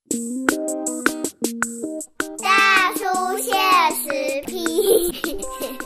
大叔现实批。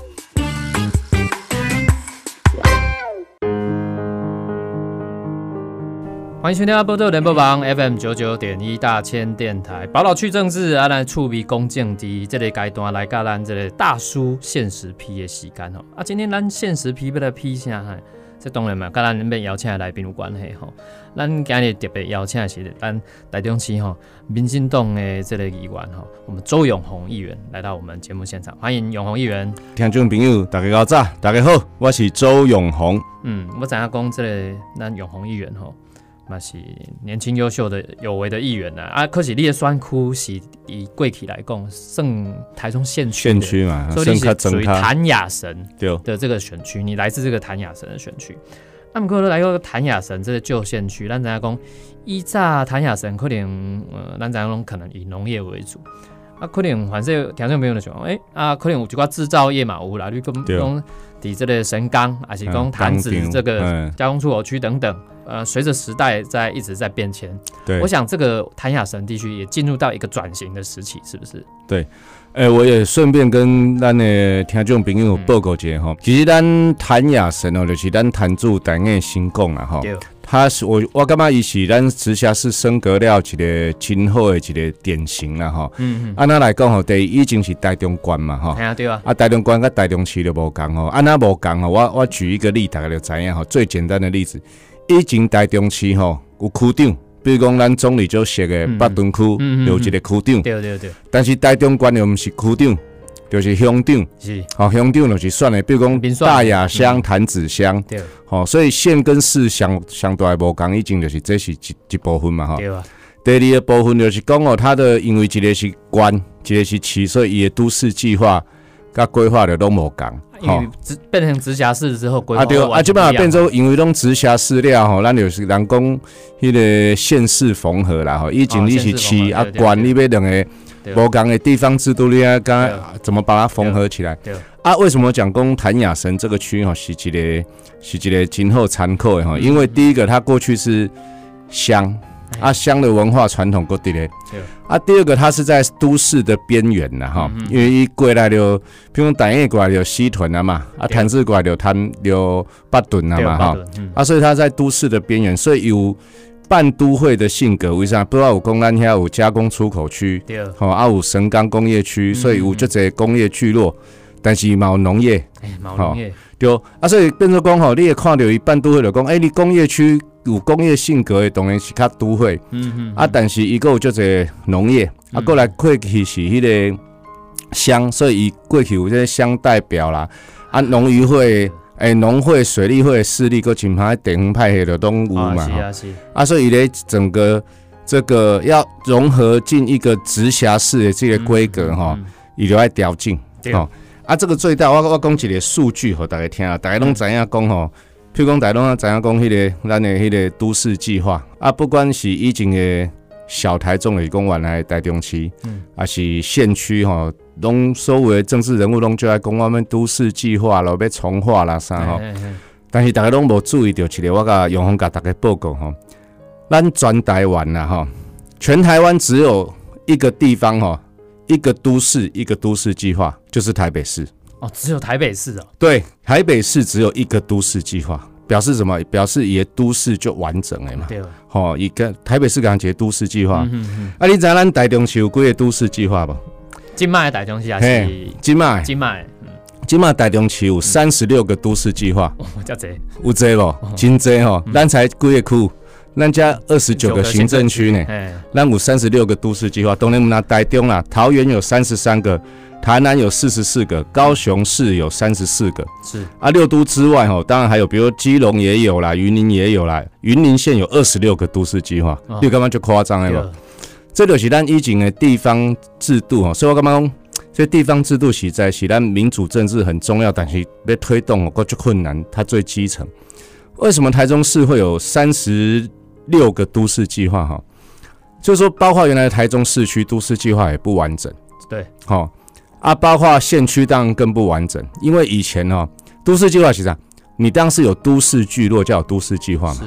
欢迎收听波多联播网 FM 99.1大千电台，宝岛去政治啊，来触笔公正的这个阶段来甲咱这个大叔现实批的时间吼啊，今天咱现实批要来批啥哈？这当然嘛，甲咱要邀请的来宾有关系吼。咱今日特别邀请的是咱台中市吼民进党的这个议员吼，我们周永宏议员来到我们节目现场，欢迎永宏议员。 听众朋友，大家早，大家好，我是周永宏。 我知影讲这个咱永宏议员吼。嘛是年轻优秀的有为的议员啊，可是你的选区是以过去来讲，算台中县区嘛， 所以你是属于谭雅神的这个选区，你来自这个谭雅神的选区。那么过来到谭雅神这个旧县区，咱知影讲，依早谭雅神可能咱知影讲可能以农业为主。啊，可能反正听众朋友就讲，可能有一寡制造业嘛有啦，你讲伫这个神冈，还是讲潭子这个加工出口区等等，随着时代一直在变迁，我想这个谭雅神地区也进入到一个转型的时期，是不是？ 对，我也顺便跟咱的听众朋友报告一下哈，其实咱谭雅神哦，就是咱谭主台的新讲啦哈。他是我感觉伊是咱直辖市升格了一个真好的一个典型啦吼。按那来讲吼，第一已经是台中县嘛吼。 对啊。 台中县跟台中市就无同吼。按那无同吼，我举一个例，大家就知影吼。最简单的例子，以前台中市吼有区长，比如讲咱总理就设的北屯区有一个区长。 对。 但是台中县又不是区长。就是乡长，乡长就是选的，比如讲大雅乡、潭子乡，所以县跟市相对无同，已经就是这是一部分嘛， 对啊。 第二个部分就是讲哦，它的因为一个是县，一个是市，所以伊的都市计划甲规划的都无同。 因为变成直辖市之后，规划对啊，即摆变做因为拢直辖市了吼，咱就是人讲迄个县市缝合啦吼，以前你是市啊县，你要两个。不同的地方制度，你要怎么把它缝合起来？为什么讲讲谭雅神这个区是一个今后参考的哈？因为第一个，它过去是乡乡的文化传统够伫咧。第二个，它是在都市的边缘啦哈，因为伊过来就，比如台北过来就西屯啊嘛，潭子过来就北屯啊嘛哈，所以它在都市的边缘，所以有。半都会的性格，为啥？不知道有讲咱遐有加工出口区，有神冈工业区，所以有这些工业聚落，但是嘛有农业，对，所以变做讲吼，你会看到伊半都会就讲，你工业区有工业性格的，当然是较都会，但是伊个有这些农业，过来过去是迄个乡，所以伊过去有这些乡代表啦，农渔会。农会、水利会、市立，搁其他地方派系的都有嘛，所以咧整个这个要融合进一个直辖市的这个规格哈，伊就要调整吼。这个最大我讲一个数据给大家听啊，大家拢知影讲吼，譬如讲大家拢知影讲迄个咱的迄个都市计划不管是以前的小台中的讲原来台中市，是县区吼。拢所有的政治人物拢就爱讲我们都市计划咯，要重划啦啥吼。但是大家拢无注意到一个，我甲永宏甲大家报告吼，咱全台湾啦吼，全台湾只有一个地方吼，一个都市计划，就是台北市。 只有台北市哦。 对，台北市只有一个都市计划，表示什么？表示伊的都市就完整了嘛。对。伊个台北市讲一个都市计划。你知影咱台中市有几个都市计划无？ 今摆的台中市还是今摆台中市有36个都市计划， 遮济， 有济无？真济吼！咱才几个区，咱家29个行政区呢，咱有36个都市计划。当然，拿台中啦，桃园有33个，台南有44个，高雄市有34个。 是 6都之外吼，当然还有，比如基隆也有啦，云林也有啦，云林县有26个都市计划，你感觉就夸张了无？这就是咱以前的地方制度所以我感觉讲，这地方制度是咱民主政治很重要，但是要推动够就困难，它最基层。为什么台中市会有36个都市计划就是说，包括原来的台中市区都市计划也不完整， 对， 包括县区当然更不完整，因为以前都市计划是啥？你当时有都市聚落叫有都市计划嘛？ 是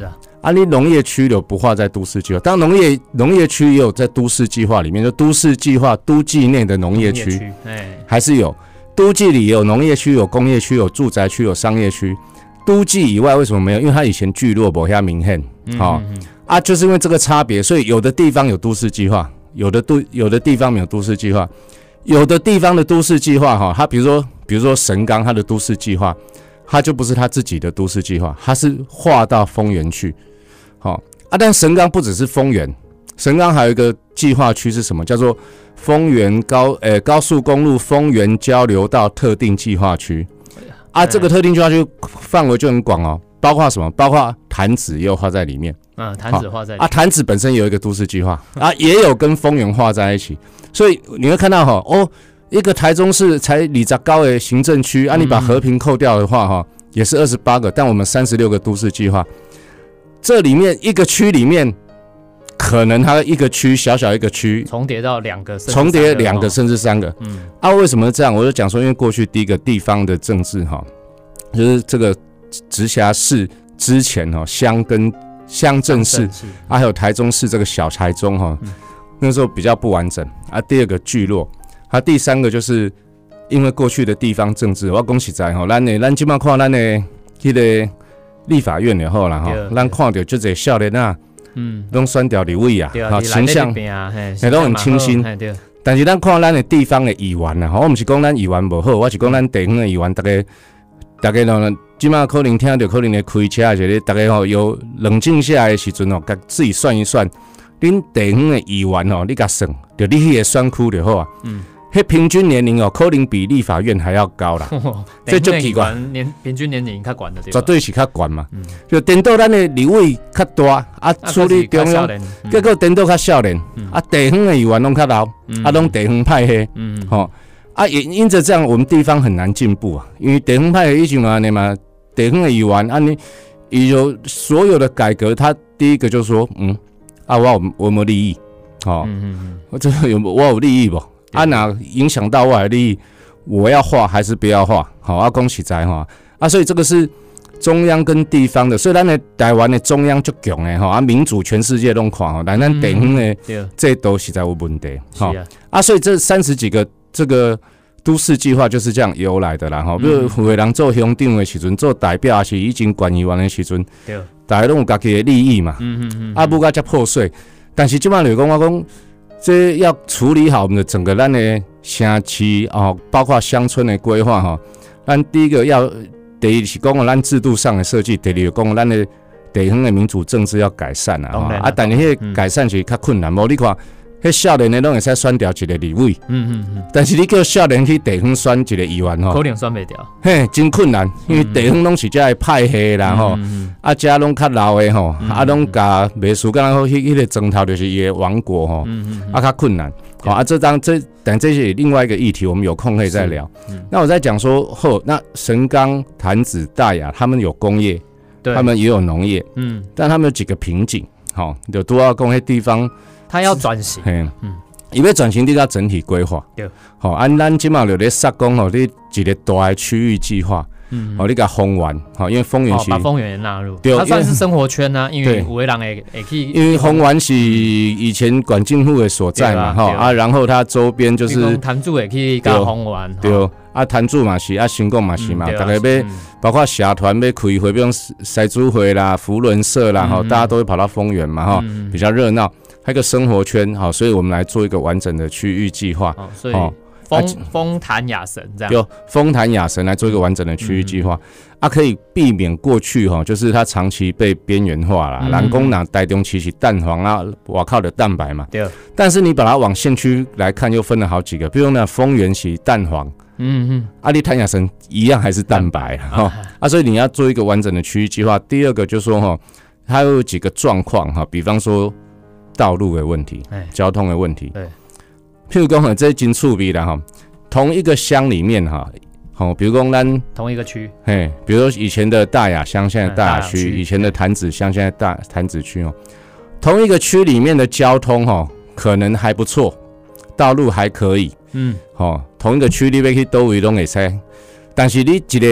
啊，你农业区有不划在都市计划？当然农业区也有在都市计划里面，就都市计划都计内的农业区，还是有都计里有农业区、有工业区、有住宅区、有商业区。都计以外为什么没有？因为它以前聚落没遐明显，就是因为这个差别，所以有的地方有都市计划，有的地方没有都市计划，有的地方的都市计划它比如说神冈它的都市计划，它就不是它自己的都市计划，它是划到丰原去。但神冈不只是丰原，神冈还有一个计划区是什么？叫做丰原高速公路丰原交流道特定计划区。这个特定计划区范围就很广哦，包括什么？包括潭子也有划在里面。 潭子划在里面。 潭子本身也有一个都市计划也有跟丰原划在一起，所以你会看到一个台中市才20高的行政区你把和平扣掉的话也是28个，但我们36个都市计划。这里面一个区里面，可能它一个区小一个区重叠到2个， 重叠2个甚至3个。为什么这样？我就讲说，因为过去第一个地方的政治就是这个直辖市之前乡镇市还有台中市这个小台中那时候比较不完整第二个聚落第三个就是因为过去的地方政治，我讲实在咱现在看咱的那个立法院就好啦咱看到就这少年拢选掉立委形象都很清新。但是咱看咱的地方的议员我不是讲咱议员不好，我是讲咱地方的议员，大家现在可能听到可能会开车的，大家有冷静下来的时阵自己算一算，恁地方的议员你甲算，就你迄个选区就好迄平均年龄可能比立法院还要高啦，这就奇怪。 平均年龄较悬的对吧？ 绝对是较悬嘛。就颠倒咱的立委较大处理中央，结果颠倒较少年地方的议员拢较老拢地方派系也因着这样，我们地方很难进步因为地方派系以前安尼嘛，地方的议员伊有所有的改革，他第一个就说我有没有利益我有利益不？哪影响到我的利益？我要画还是不要画？讲实在所以这个是中央跟地方的，所以咱的台湾的中央足强的民主全世界都看但咱地方的这都实在有问题所以这30几个这个都市计划就是这样由来的啦比如有的人做乡长的时阵，做代表还是已经县议员的时阵，大家都有自己的利益嘛不甲遮破碎，但是即摆就讲我讲。这要处理好我们的整个咱的城市包括乡村的规划咱第一个第一是讲咱制度上的设计，第二讲咱的地方的民主政治要改善但是迄个改善是较困难你看迄少年的拢会使选掉一个立委但是你叫少年去地方选一个议员可能选袂掉真困难，因为地方拢是遮的派系啦遮拢较老的拢甲袂输敢若迄个庄头就是伊的王国较困难但这是另外一个议题，我们有空可以再聊那我在讲说那神冈、潭子、大雅他们有工业，他们也有农业但他们有几个瓶颈就都要讲迄地方他要转型伊要转型，你要整体规划咱即马就咧说讲你一个大的区域计划你甲丰原因为丰原是把丰原纳入，它算是生活圈因为有的人会去， 因为丰原是以前管政府的所在嘛然后它周边就是潭子会去到丰原对潭子嘛是新港嘛是嘛，大家要包括社团要开会，比如赛主会啦、福伦社啦大家都会跑到丰原嘛比较热闹，还有一个生活圈所以我们来做一个完整的区域计划所以丰潭雅神这样， 就丰潭雅神来做一个完整的区域计划可以避免过去就是它长期被边缘化啦人工拿台中其实蛋黄外靠的蛋白嘛但是你把它往县区来看，又分了好几个，比如那丰原是蛋黄你潭雅神一样还是蛋白所以你要做一个完整的区域计划。第二个就是说它有几个状况比方说道路的问题、交通的问题譬如讲这真趣味啦同一个乡里面比如讲咱同一个区比如说以前的大雅乡，现在大雅区以前的潭子乡，现在潭子区同一个区里面的交通可能还不错，道路还可以同一个区你要去倒位都会使，但是你一个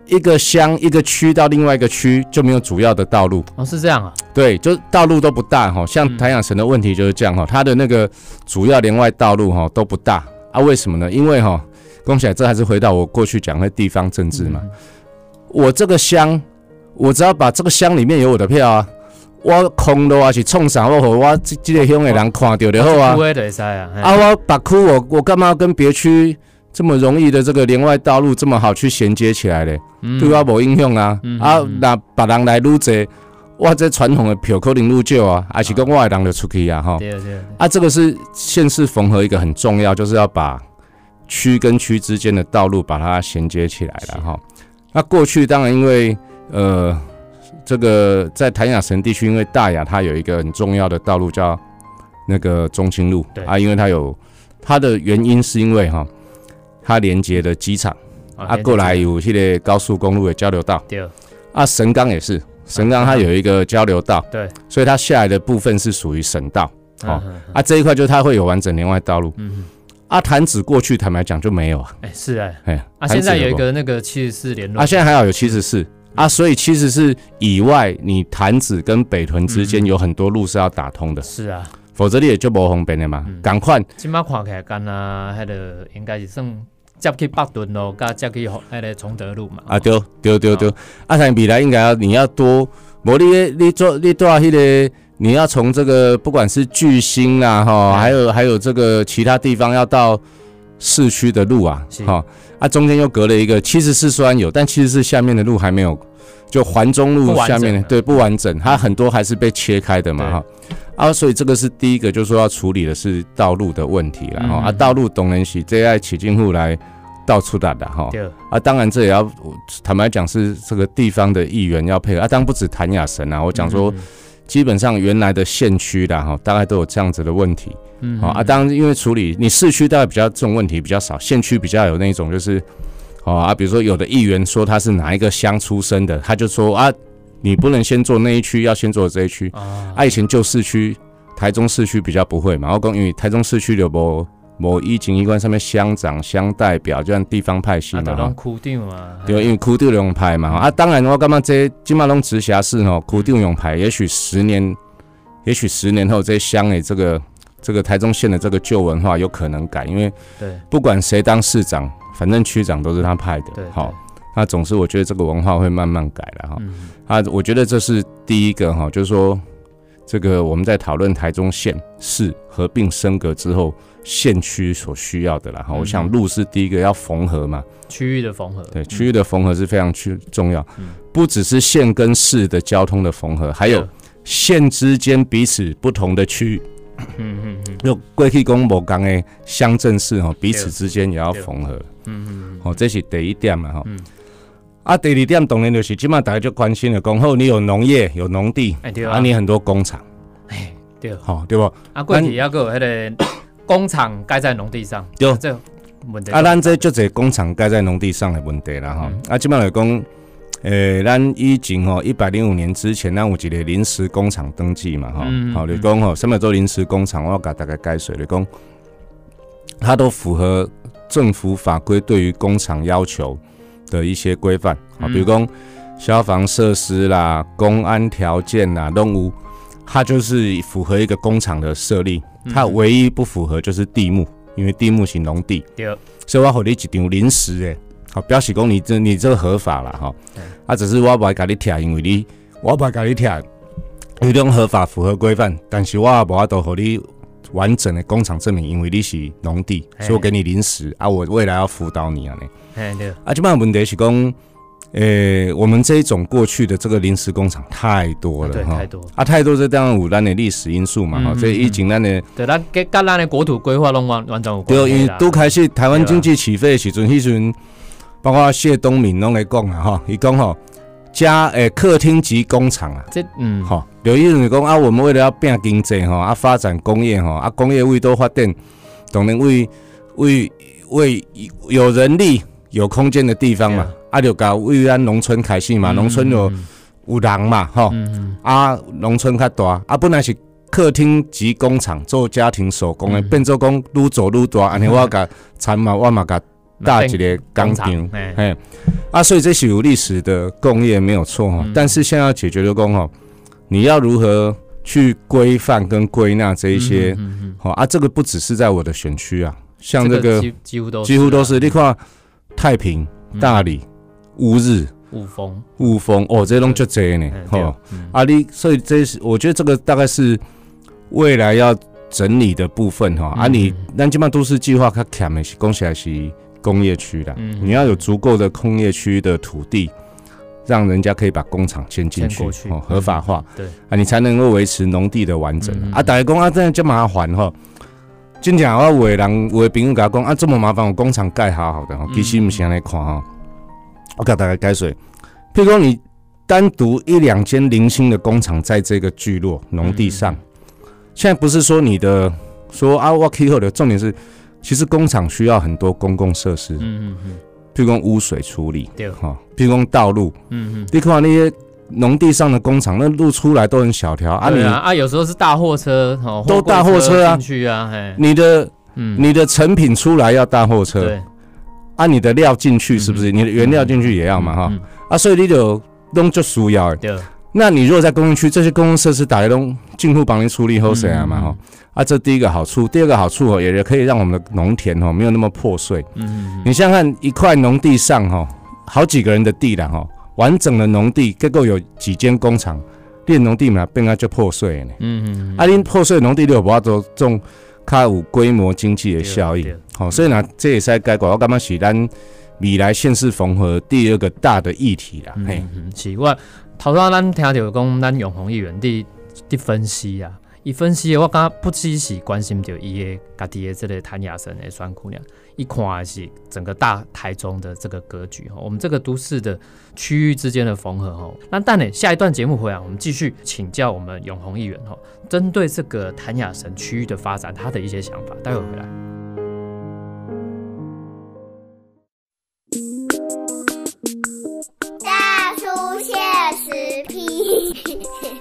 一个乡一个区到另外一个区就没有主要的道路。 哦，是这样啊？ 对，就道路都不大哈。像台雅神的问题就是这样哈，它的那个主要连外道路哈都不大啊。为什么呢？因为哈，恭喜这还是回到我过去讲的地方政治嘛。我这个乡，我只要把这个乡里面有我的票啊。我空路啊是创啥？我这个乡的人看到就好啊。我把区我干嘛要跟别区这么容易的这个连外道路这么好去衔接起来嘞？对我无影响啊。那别人来愈多，我这传统的票可能愈少啊，还是讲我的人就出去啊哈。这个是县市缝合一个很重要，就是要把区跟区之间的道路把它衔接起来了哈。那过去当然因为这个在潭雅神地区，因为大雅它有一个很重要的道路叫那个中清路因为它的原因是因为它连接的机场过来有那个高速公路的交流道，神冈也是，神冈它有一个交流道，对，所以它下来的部分是属于省道这一块就它会有完整连外道路。潭子过去坦白讲就没有是现在有一个那个74联络现在还好有74。所以74以外，你潭子跟北屯之间有很多路是要打通的。是啊，否则你也就不方便的嘛。赶快， 今麦看起来干那个应该是算接去北屯咯，加接去那个崇德路嘛。 对。但未来应该你要多，无你做那个，你要从这个不管是巨星啦还有这个其他地方要到市区的路中间又隔了一个74，虽然有，但74下面的路还没有，就环中路下面对不完整，它很多还是被切开的嘛所以这个是第一个，就是说要处理的是道路的问题啦道路当然是这爱起进户来到处打的当然这也要坦白讲是这个地方的议员要配合当然不止潭雅神我讲说基本上原来的县区啦大概都有这样子的问题。当然因为处理你市区大概比较这种问题比较少，县区比较有那种就是比如说有的议员说他是哪一个乡出身的，他就说你不能先做那一区，要先做这一区以前旧市区台中市区比较不会嘛，我讲因为台中市区就没以前一关上面乡长乡代表就像地方派系嘛区长嘛对，因为区长用派嘛当然我感觉这现在都直辖市区长用派也许10年后这乡的这个台中县的这个旧文化有可能改，因为不管谁当市长，反正区长都是他派的。那总是我觉得这个文化会慢慢改了我觉得这是第一个就是说这个我们在讨论台中县市合并升格之后县区所需要的啦我想路是第一个要缝合嘛， 区域的缝合， 对，区域的缝合是非常重要不只是县跟市的交通的缝合，还有县之间彼此不同的区域。就过去讲无同的乡镇市彼此之间也要缝合。这是第一点嘛第二点当然就是现在大家就关心的讲好，你有农业有农地你很多工厂对对不过去还有那个工厂盖在农地上， 对这问题咱这就这工厂盖在农地上的问题啦现在来讲咱以前105年之前，咱有一个临时工厂登记嘛你讲什么做临时工厂，我要给大家解释，你讲它都符合政府法规对于工厂要求的一些规范比如讲消防设施啦、公安条件啦，都有，它就是符合一个工厂的设立。它唯一不符合就是地目，因为地目是农地，所以我给你一张临时的。表示讲你这个合法啦只是我不会给你贴，因为我不会给你贴，因为这种合法符合规范，但是我无法度给你完整的工厂证明，因为你是农地，所以我给你临时我未来要辅导你现在问题是讲我们这一种过去的这个临时工厂太多了太多太多，这当然有咱的历史因素嘛所以以前咱的对咱跟咱的国土规划都完全有关系对，因为都开始台湾经济起飞的时阵，迄阵包括谢东闵拢来讲啦伊讲加客厅级工厂这有意思讲我们为了要变经济发展工业工业为多发展，当然为有人力有空间的地方嘛就搞为咱农村开始嘛，农村有人嘛农村较大本来是客厅级工厂做家庭手工的变做讲愈做愈大，安尼我甲产嘛我嘛甲大一个工厂，所以这是有历史的工业没有错但是现在要解决的工你要如何去规范跟归纳这一些这个不只是在我的选区啊，像这个几乎都是，你看太平、大理、乌日、雾峰这拢就多呢所以这是我觉得这个大概是未来要整理的部分咱现在都市计划较欠的是讲起来是工业区啦，你要有足够的工业区的土地，让人家可以把工厂迁进去，合法化，对你才能够维持农地的完整大家讲真的这么麻烦真正我有的朋友跟我讲这么麻烦，我工厂盖好好的其实不是这样看我给大家解释，譬如说你单独1-2间零星的工厂在这个聚落农地上，现在不是说你的说我起好的，重点是其实工厂需要很多公共设施，譬如说污水处理，譬如说道路，你看那些农地上的工厂，那路出来都很小条有时候是大货车都大货车进去你的成品出来要大货车，对你的料进去是不是？你的原料进去也要嘛所以你就弄就需要的。那你如果在公园区，这些公共设施大家都近乎帮你处理好势嘛这第一个好处，第二个好处也可以让我们的农田没有那么破碎。你想想看，一块农地上好几个人的地啦完整的农地，结果有几间工厂，你农地嘛变啊就破碎呢。你破碎的农地你有无法做种较有规模经济的效益？所以呢，这也是解决我感觉是咱未来县市缝合第二个大的议题啦。 是我头先咱听到讲，咱永宏议员的分析啊，伊分析的我感觉不只是关心到伊的家己的这个谭雅神的选区呢，伊看的是整个大台中的这个格局我们这个都市的区域之间的缝合那但呢，下一段节目回来，我们继续请教我们永宏议员针对这个谭雅神区域的发展，他的一些想法，待会回来。 大叔现实批。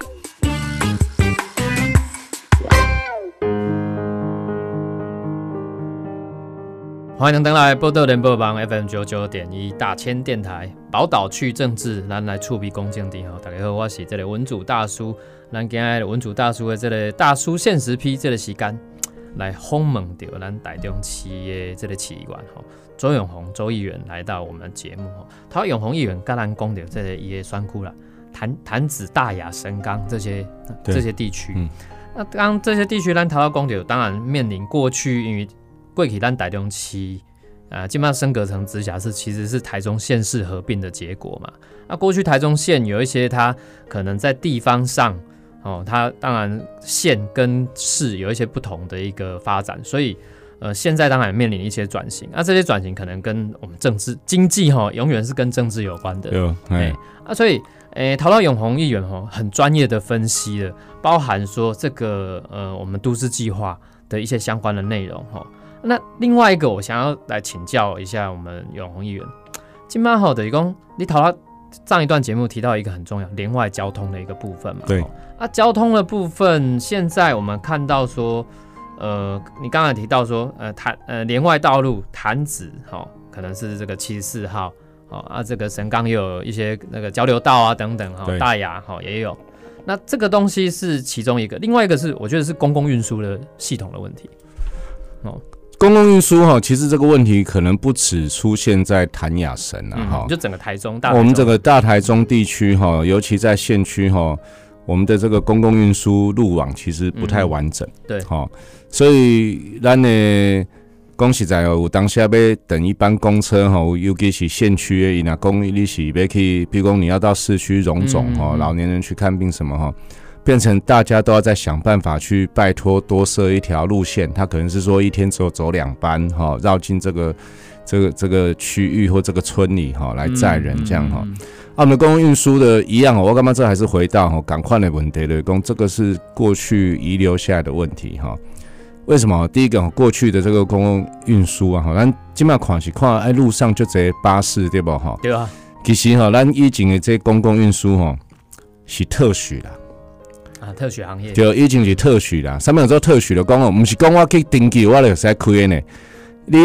欢迎登来报道联播网 FM 99.1大千电台宝岛区政治，咱来触笔公正地大家好，我是这个文主大叔，咱今日文主大叔的这个大叔现实批这个时间来访问到咱台中市的这个市议员周永宏周议员来到我们的节目他永宏议员跟咱讲到这个伊的选区啦，潭子、大雅、神冈这些地区，那当这些地区咱头先讲到，当然面临过去因为过去咱台中市基本上升格成直辖市，其实是台中县市合并的结果嘛。那过去台中县有一些它可能在地方上它当然县跟市有一些不同的一个发展，所以现在当然面临一些转型这些转型可能跟我们政治经济永远是跟政治有关的。所以讨论永宏议员很专业的分析了，包含说这个我们都市计划的一些相关的内容那另外一个我想要来请教一下我们永宏议员，今麦等于说你讨论上一段节目提到一个很重要连外交通的一个部分嘛， 对交通的部分现在我们看到说你刚才提到说连外道路潭子可能是这个74号这个神冈也有一些那个交流道等等大雅也有，那这个东西是其中一个，另外一个是我觉得是公共运输的系统的问题公共运输其实这个问题可能不只出现在谭雅神就整个台中我们整个大台中地区尤其在县区我们的这个公共运输路网其实不太完整， 对所以咱的讲实在有当下要等一般公车尤其是县区的，伊若讲你是要去，比如讲你要到市区荣总老年人去看病什么变成大家都要在想办法去拜托多设一条路线，它可能是说一天只有走2班绕进这个区域或这个村里来载人这样我们的公共运输的一样我感觉这还是回到赶快的问题，就是说这个是过去遗留下来的问题为什么？第一个过去的这个公共运输咱现在看是看路上就这巴士对不对啊， 其实咱以前的这公共运输是特许啦特许行业就已经是特许啦。什么叫做特许的？讲不是讲我去登记我就可以开的呢。你要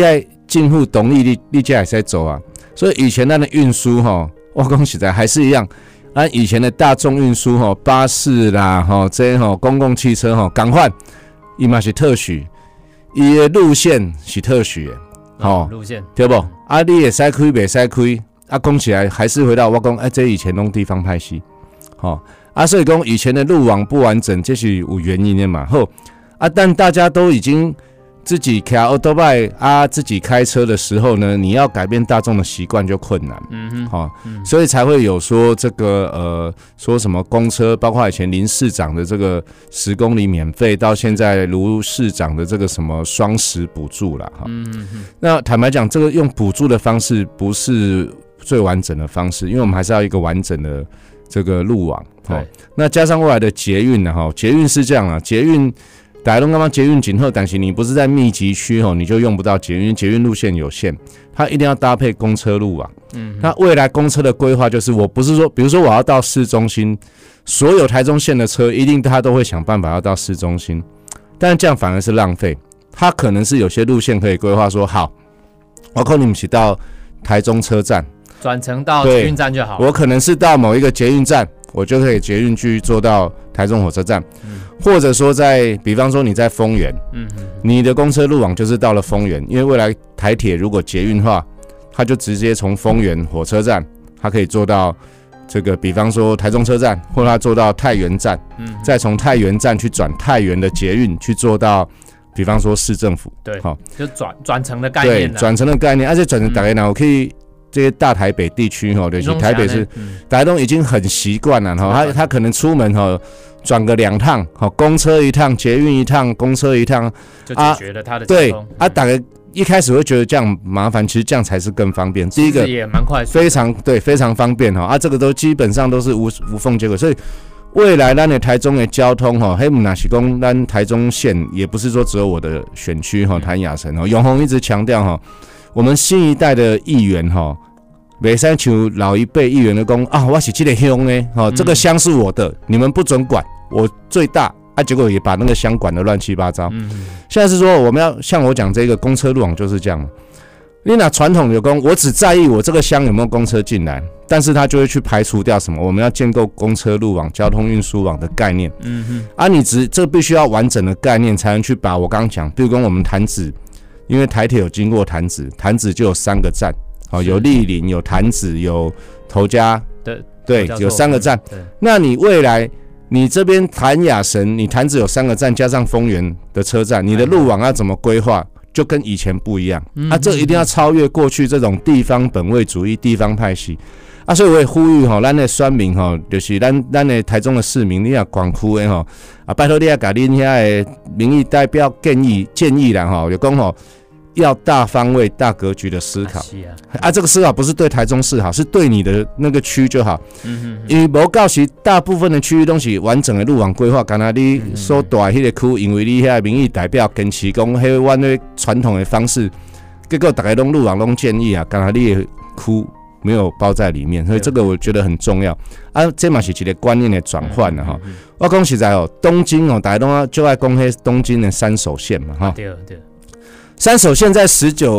政府同意你才会使走啊。所以以前咱的运输我讲实在还是一样，咱以前的大众运输巴士啦这些公共汽车赶快，伊嘛是特许，伊的路线是特许的， 路线对不？啊，你会使开，袂使开，啊，讲起来还是回到我讲，这以前拢地方派系，所以讲以前的路网不完整，这是有原因的嘛。好，但大家都已经自己开奥多拜自己开车的时候呢，你要改变大众的习惯就困难，所以才会有说这个说什么公车，包括以前林市长的这个10公里免费，到现在卢市长的这个什么双10补助啦，那坦白讲，这个用补助的方式不是最完整的方式，因为我们还是要一个完整的这个路网，那加上未来的捷运呢，捷运是这样啊，捷运。大家都刚刚捷运紧后，但是你不是在密集区你就用不到捷运，捷运路线有限，它一定要搭配公车路啊。那未来公车的规划就是，我不是说，比如说我要到市中心，所有台中县的车一定它都会想办法要到市中心，但是这样反而是浪费。它可能是有些路线可以规划说，好，我可能不是到台中车站， 转乘到捷运站就好。 我可能是到某一个捷运站，我就可以捷运去坐到台中火车站。或者说比方说你在丰原，你的公车路网就是到了丰原，因为未来台铁如果捷运化，它就直接从丰原火车站，它可以坐到这个，比方说台中车站，或者它坐到太原站，再从太原站去转太原的捷运去坐到，比方说市政府， 对，就转乘的概念， 对，转乘的概念，而且转乘大概我可以。这些大台北地区就是台北市，大家都已经很习惯了他可能出门转个2趟，公车1趟，捷运1趟，公车1趟， 就解决了他的交通。 对大家一开始会觉得这样麻烦，其实这样才是更方便。第一个也蛮快速， 非常方便这个都基本上都是无缝接轨，所以未来咱的台中的交通黑不那是讲咱台中县也不是说只有我的选区谭雅辰永宏一直强调我们新一代的议员不可以像老一辈议员的说我是这个乡的这个乡是我的，你们不准管，我最大结果也把那个乡管得乱七八糟。现在是说我们要像我讲这个公车路网就是这样，你拿传统有我只在意我这个乡有没有公车进来，但是他就会去排除掉什么我们要建构公车路网、交通运输网的概念。你这必须要完整的概念才能去把我刚刚讲，比如说我们潭子。因为台铁有经过潭子就有3个站，有莅林、有潭子、有头家，对，有3个站。那你未来你这边谭雅神，你潭子有3个站，加上丰原的车站，你的路网要怎么规划，就跟以前不一样。这一定要超越过去这种地方本位主义、地方派系。所以我也呼吁咱的选民就是咱的台中的市民，你也广区的拜托你也把恁遐的民意代表建议啦就讲要大方位、大格局的思考这个思考不是对台中市好，是对你的那个区就好。因为无到时大部分的区域都是完整的路网规划，敢若你所大的迄个区，因为你遐民意代表坚持讲迄阮的传统的方式，结果大家拢路网拢建议敢若你的区没有包在里面，所以这个我觉得很重要这嘛是一个观念的转换我讲实在东京大家都就爱讲迄东京的3手线嘛对。 3手线在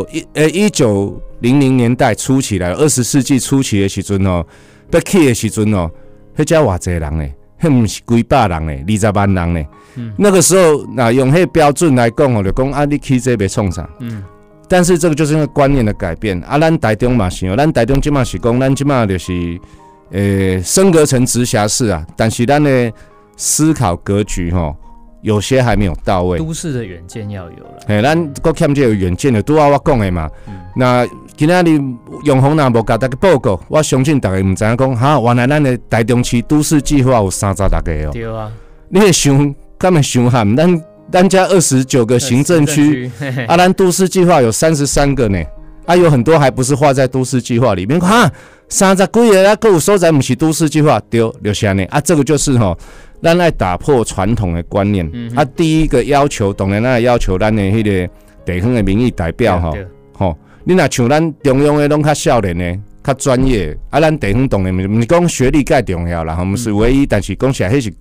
1900年代初期来，20世纪初期的时阵要起的时阵迄才偌济人呢，迄不是几百人呢，20万人呢。那个时候用迄标准来讲就讲你起这要创啥？但是这个就是因为观念的改变咱台中嘛是咱台中现在是讲咱现在就是升格成直辖市但是咱的思考格局有些还没有到位， 都市的远见要有了。 咱还欠这个远见的，拄好我讲的嘛。那今仔日永宏若无甲大家报告，我相信大家唔知影讲原来咱的台中市都市计划有30大个对你会想，敢会想喊咱家29个行政区咱都市计划有33个呢。有很多还不是划在都市计划里面30几个还有所在不是都市计划，对，就是这样这个就是咱爱打破传统的观念第一个要求，当然要求咱的迄个地方的民意代表你若像咱中央的拢较少年的、较专业咱地方当然不是讲学历介重要啦，我们是唯一，但是讲起来迄是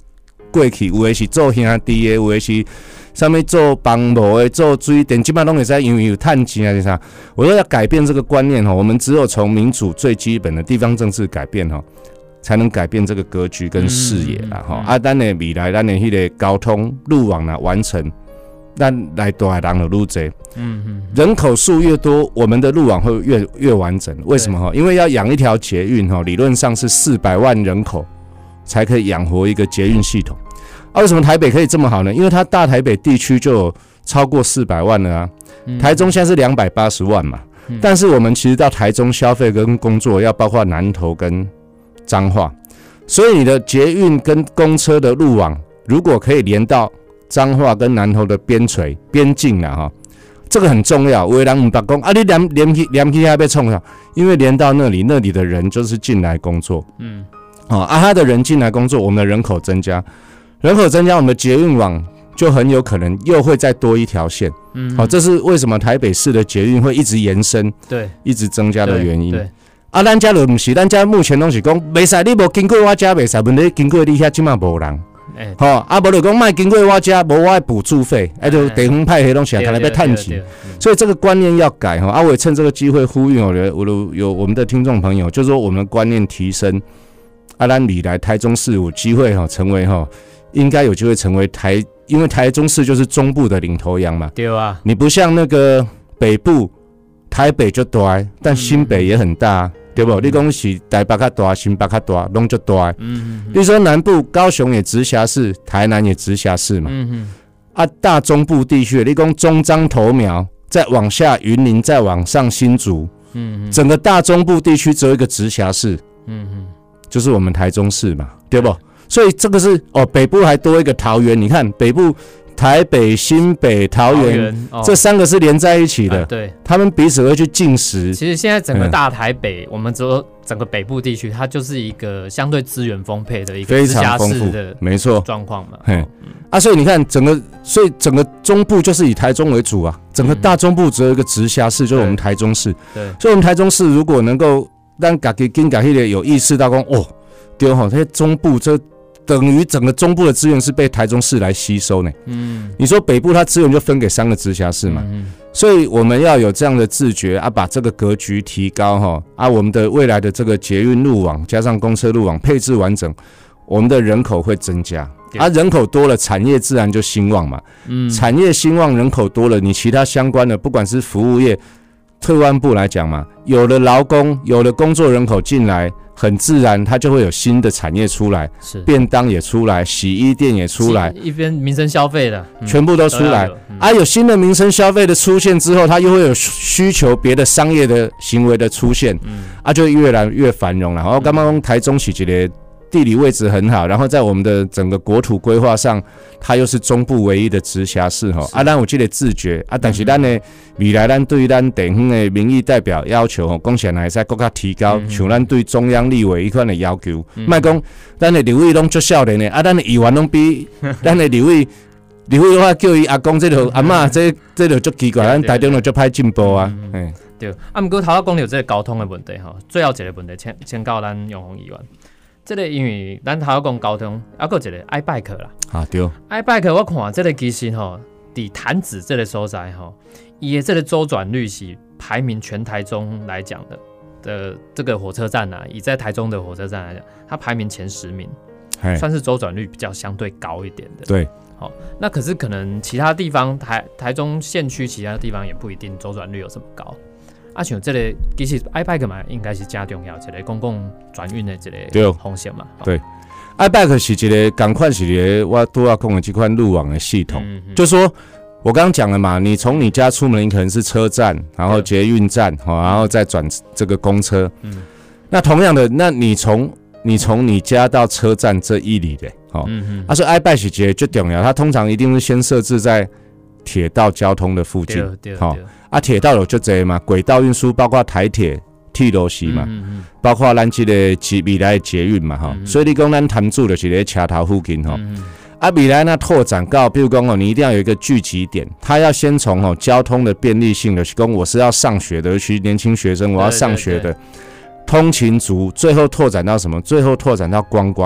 过去，有的是做兄弟的，有的是啥物做房务的，做水电，基本上都会使，因为有趁钱啊，是啥？我说要改变这个观念我们只有从民主最基本的地方政治改变才能改变这个格局跟视野啦咱的未来，咱的迄个交通路网完成，咱来大的人就愈多。人口数越多，我们的路网会越完整。为什么因为要养一条捷运理论上是400万人口才可以养活一个捷运系统。为什么台北可以这么好呢？因为它大台北地区就有超过400万了啊。台中现在是280万嘛。但是我们其实到台中消费跟工作要包括南投跟彰化，所以你的捷运跟公车的路网如果可以连到彰化跟南投的边境这个很重要。有的人不捌讲你连去那边冲啥？因为连到那里的人就是进来工作，他的人进来工作，我们的人口增加，我们的捷运网就很有可能又会再多一条线。这是为什么台北市的捷运会一直延伸，对，一直增加的原因。咱家就不是，咱家目前都是讲，袂使你无经过我家袂使，问题经过你遐即马无人，无就讲莫经过我家，无我的补助费，就地方派迄拢想看来要趁钱，所以这个观念要改我也趁这个机会呼吁有我们的听众朋友，就是说我们的观念提升，咱未来台中市有机会成为应该有机会成为因为台中市就是中部的领头羊嘛，对啊，你不像那个北部，台北就大，但新北也很大。对不？你讲是台北较大，新北较大，拢就大。你说南部高雄也直辖市，台南也直辖市嘛。大中部地区，你讲中彰投苗，再往下云林，再往上新竹，整个大中部地区只有一个直辖市，就是我们台中市嘛，对不？所以这个是北部还多一个桃园，你看北部。台北、新北、桃园这3个是连在一起的，对，他们彼此会去进食。其实现在整个大台北，我们整个北部地区，它就是一个相对资源丰沛的一个直辖市的没错状况嘛。 所以你看整个中部就是以台中为主啊，整个大中部只有一个直辖市，就是我们台中市。对，所以我们台中市如果能够让自己跟自己有意识到说对这些中部这。等于整个中部的资源是被台中市来吸收呢。你说北部它资源就分给3个直辖市嘛，所以我们要有这样的自觉把这个格局提高我们的未来的这个捷运路网加上公车路网配置完整，我们的人口会增加人口多了，产业自然就兴旺嘛。产业兴旺，人口多了，你其他相关的不管是服务业、退换部来讲嘛，有了劳工，有了工作人口进来。很自然，它就会有新的产业出来，便当也出来，洗衣店也出来， 一边民生消费的， 全部都出来。有新的民生消费的出现之后，它又会有需求别的商业的行为的出现，就越来越繁荣了。然后刚刚台中是一个地理位置很好，然后在我们的整个国土规划上，它又是中部唯一的直辖市咱有这个自觉但是咱的未来，咱对咱地方的民意代表要求讲起来会更加提高，像咱对中央立委一款的要求，莫讲咱的立委拢足少年的咱的议员拢比咱的立委的话叫伊阿公这个阿嬷这就足奇怪，咱台中就足歹进步啊。 对，不过头仔讲到这个交通的问题最后一个问题请教咱永宏议员。这个因为咱头仔讲交通，还有一个 iBike 啦。 对 ，iBike 我看这个其实伫潭子这个所在伊的这个周转率是排名全台中来讲的这个火车站以在台中的火车站来讲，它排名前10名，算是周转率比较相对高一点的。对，那可是可能其他地方台中县区其他地方也不一定周转率有这么高。像这个其实 iBike 嘛，应该是加重要一个公共转运的这个风险嘛。对 ，iBike 是一个同款是一个我都要讲的这款路网的系统，就说我刚刚讲了嘛，你从你家出门，你可能是车站，然后捷运站，然后再转这个公车。那同样的，那你从你家到车站这一里的，所以 iBike 是一个最重要，它通常一定是先设置在铁道交通的附近，铁道有就多嘛，轨道运输包括台铁、铁路系嘛，包括咱这个未来的捷运嘛，所以你讲咱潭子就是在车头附近未来那拓展到，比如讲你一定要有一个聚集点，它要先从交通的便利性的，就是讲我是要上学的，尤其年轻学生我要上学的，通勤族，最后拓展到什么？最后拓展到观光。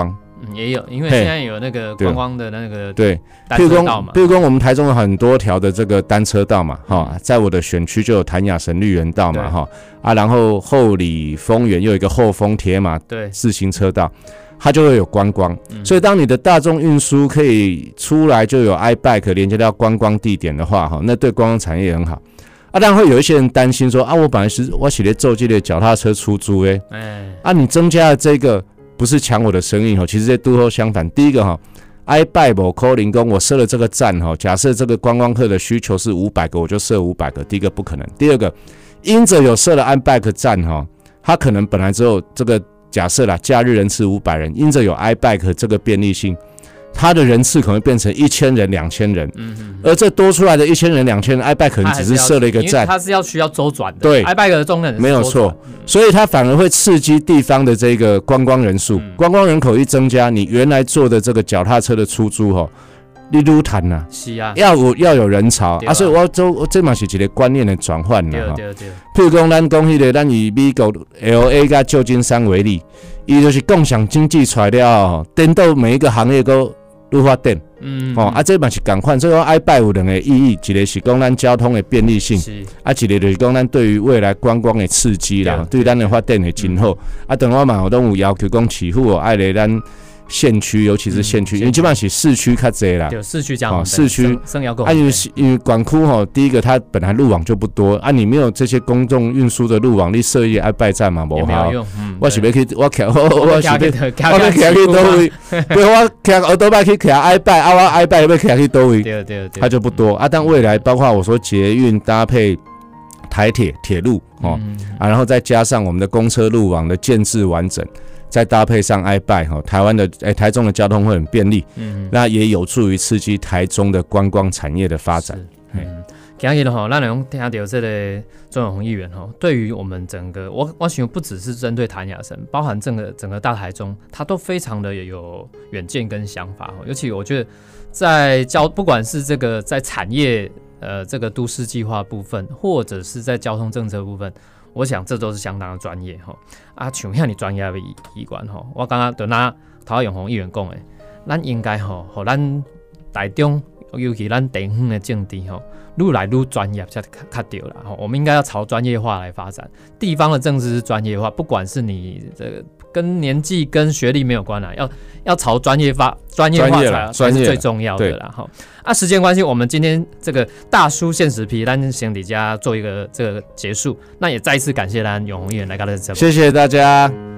也有，因为现在有那个观光的那个对单车道嘛， 比如说我们台中有很多条的这个单车道嘛，在我的选区就有潭雅神绿园道嘛，然后后里丰原又有一个后丰铁马自行车道。它就会有观光，所以当你的大众运输可以出来就有 iBike 连接到观光地点的话，那对观光产业也很好。当然会有一些人担心说我本来我是在做这个脚踏车出租你增加了这个不是抢我的生意其实这都相反。第一个iBike 不可能说我设了这个站假设这个观光客的需求是500个，我就设500个，第一个不可能。第二个，因着有设了 iBike 站它可能本来只有这个。假设啦，假日人次500人，因着有 iBike 这个便利性，它的人次可能变成1000人、2000人，而这多出来的1000人、2000人 iBike 可能只是设了一个站， 它是要需要周转的。 对 ，iBike 的重点没有错，所以它反而会刺激地方的这个观光人数，观光人口一增加，你原来做的这个脚踏车的出租你愈谈呐， 是啊， 要有人潮所以我这嘛是一个观念的转换啦对。 譬如讲，咱讲迄个，咱以美国 LA 甲旧金山为例，伊就是共享经济出来了颠倒每一个行业都愈发展。这嘛是同款，所以说 iBike 有两个意义，一个是讲咱交通的便利性，一个就是讲咱对于未来观光的刺激啦，对咱的发展的真好。等我嘛，我都有要求讲，市府爱来咱。县区，尤其是县区，因为基本上是市区较多啦。 对，市区这样。 市区因为管区第一个它本来路网就不多你没有这些公众运输的路网，你设一iBike站嘛，没有用。我是要去，我骑去倒位？对，我骑我倒摆去骑iBike，我iBike要骑去倒位？对，它就不多但未来包括我说捷运搭配台铁路然后再加上我们的公车路网的建制完整。再搭配上 iBike 台中的交通会很便利，那也有助于刺激台中的观光产业的发展。 今日咱来听到这个钟永宏议员对于我们整个我想不只是针对潭雅神，包含整个大台中，他都非常的有远见跟想法尤其我觉得在不管是这个在产业这个都市计划部分，或者是在交通政策部分。我想这都是相当的专业像遐尼专业的议员我刚刚就拿陶永宏议员讲的，咱应该互咱台中，尤其咱地方的政治愈来愈专业才较对啦我们应该要朝专业化来发展。地方的政治是专业化，不管是你这个跟年纪跟学历没有关啦，要朝专业化才是最重要的啦时间关系，我们今天这个大叔现实批，咱先底下做一个这个结束。那也再一次感谢咱永宏议员来到这， 谢谢大家。